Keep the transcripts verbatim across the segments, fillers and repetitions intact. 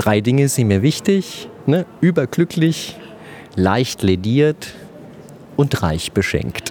Drei Dinge sind mir wichtig, ne? Überglücklich, leicht lediert und reich beschenkt.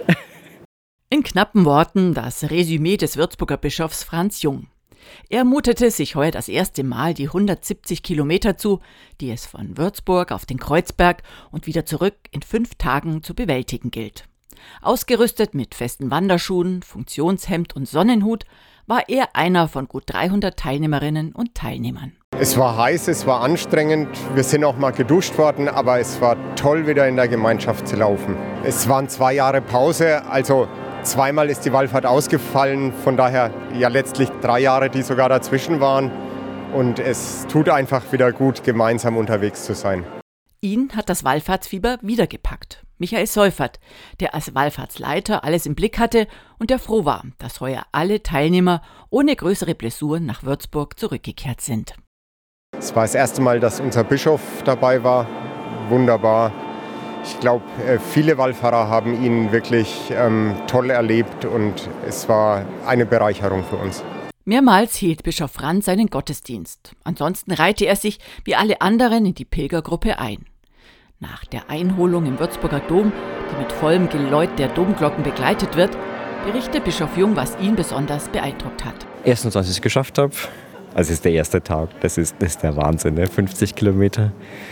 In knappen Worten das Resümee des Würzburger Bischofs Franz Jung. Er mutete sich heuer das erste Mal die hundertsiebzig Kilometer zu, die es von Würzburg auf den Kreuzberg und wieder zurück in fünf Tagen zu bewältigen gilt. Ausgerüstet mit festen Wanderschuhen, Funktionshemd und Sonnenhut war er einer von gut dreihundert Teilnehmerinnen und Teilnehmern. Es war heiß, es war anstrengend, wir sind auch mal geduscht worden, aber es war toll, wieder in der Gemeinschaft zu laufen. Es waren zwei Jahre Pause, also zweimal ist die Wallfahrt ausgefallen, von daher ja letztlich drei Jahre, die sogar dazwischen waren. Und es tut einfach wieder gut, gemeinsam unterwegs zu sein. Ihn hat das Wallfahrtsfieber wieder gepackt. Michael Seufert, der als Wallfahrtsleiter alles im Blick hatte und der froh war, dass heuer alle Teilnehmer ohne größere Blessuren nach Würzburg zurückgekehrt sind. Es war das erste Mal, dass unser Bischof dabei war. Wunderbar. Ich glaube, viele Wallfahrer haben ihn wirklich ähm, toll erlebt und es war eine Bereicherung für uns. Mehrmals hielt Bischof Franz seinen Gottesdienst. Ansonsten reihte er sich wie alle anderen in die Pilgergruppe ein. Nach der Einholung im Würzburger Dom, die mit vollem Geläut der Domglocken begleitet wird, berichtet Bischof Jung, was ihn besonders beeindruckt hat. Erstens, als ich es geschafft habe. Also es ist der erste Tag, das ist, das ist der Wahnsinn, ne? fünfzig Kilometer.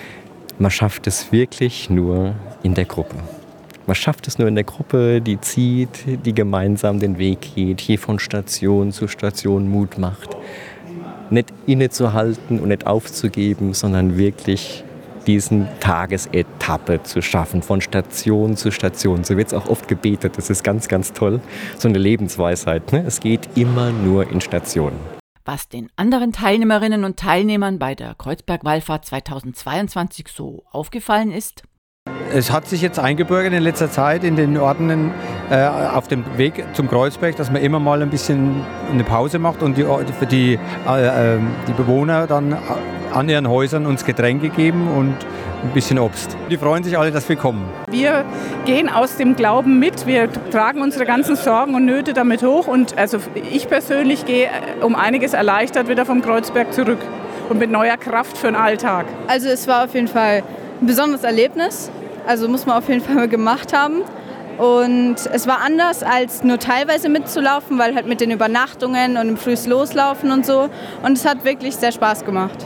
Man schafft es wirklich nur in der Gruppe. Man schafft es nur in der Gruppe, die zieht, die gemeinsam den Weg geht, hier von Station zu Station Mut macht. Nicht innezuhalten und nicht aufzugeben, sondern wirklich diesen Tagesetappe zu schaffen, von Station zu Station. So wird es auch oft gebetet, das ist ganz, ganz toll. So eine Lebensweisheit, ne? Es geht immer nur in Stationen. Was den anderen Teilnehmerinnen und Teilnehmern bei der Kreuzberg-Wallfahrt zweitausendzweiundzwanzig so aufgefallen ist? Es hat sich jetzt eingebürgert in letzter Zeit in den Orten äh, auf dem Weg zum Kreuzberg, dass man immer mal ein bisschen eine Pause macht und die, die, äh, die Bewohner dann an ihren Häusern uns Getränke geben und ein bisschen Obst. Die freuen sich alle, dass wir kommen. Wir gehen aus dem Glauben mit, wir tragen unsere ganzen Sorgen und Nöte damit hoch und also ich persönlich gehe um einiges erleichtert wieder vom Kreuzberg zurück und mit neuer Kraft für den Alltag. Also es war auf jeden Fall ein besonderes Erlebnis, also muss man auf jeden Fall mal gemacht haben. Und es war anders, als nur teilweise mitzulaufen, weil halt mit den Übernachtungen und im frühes Loslaufen und so. Und es hat wirklich sehr Spaß gemacht.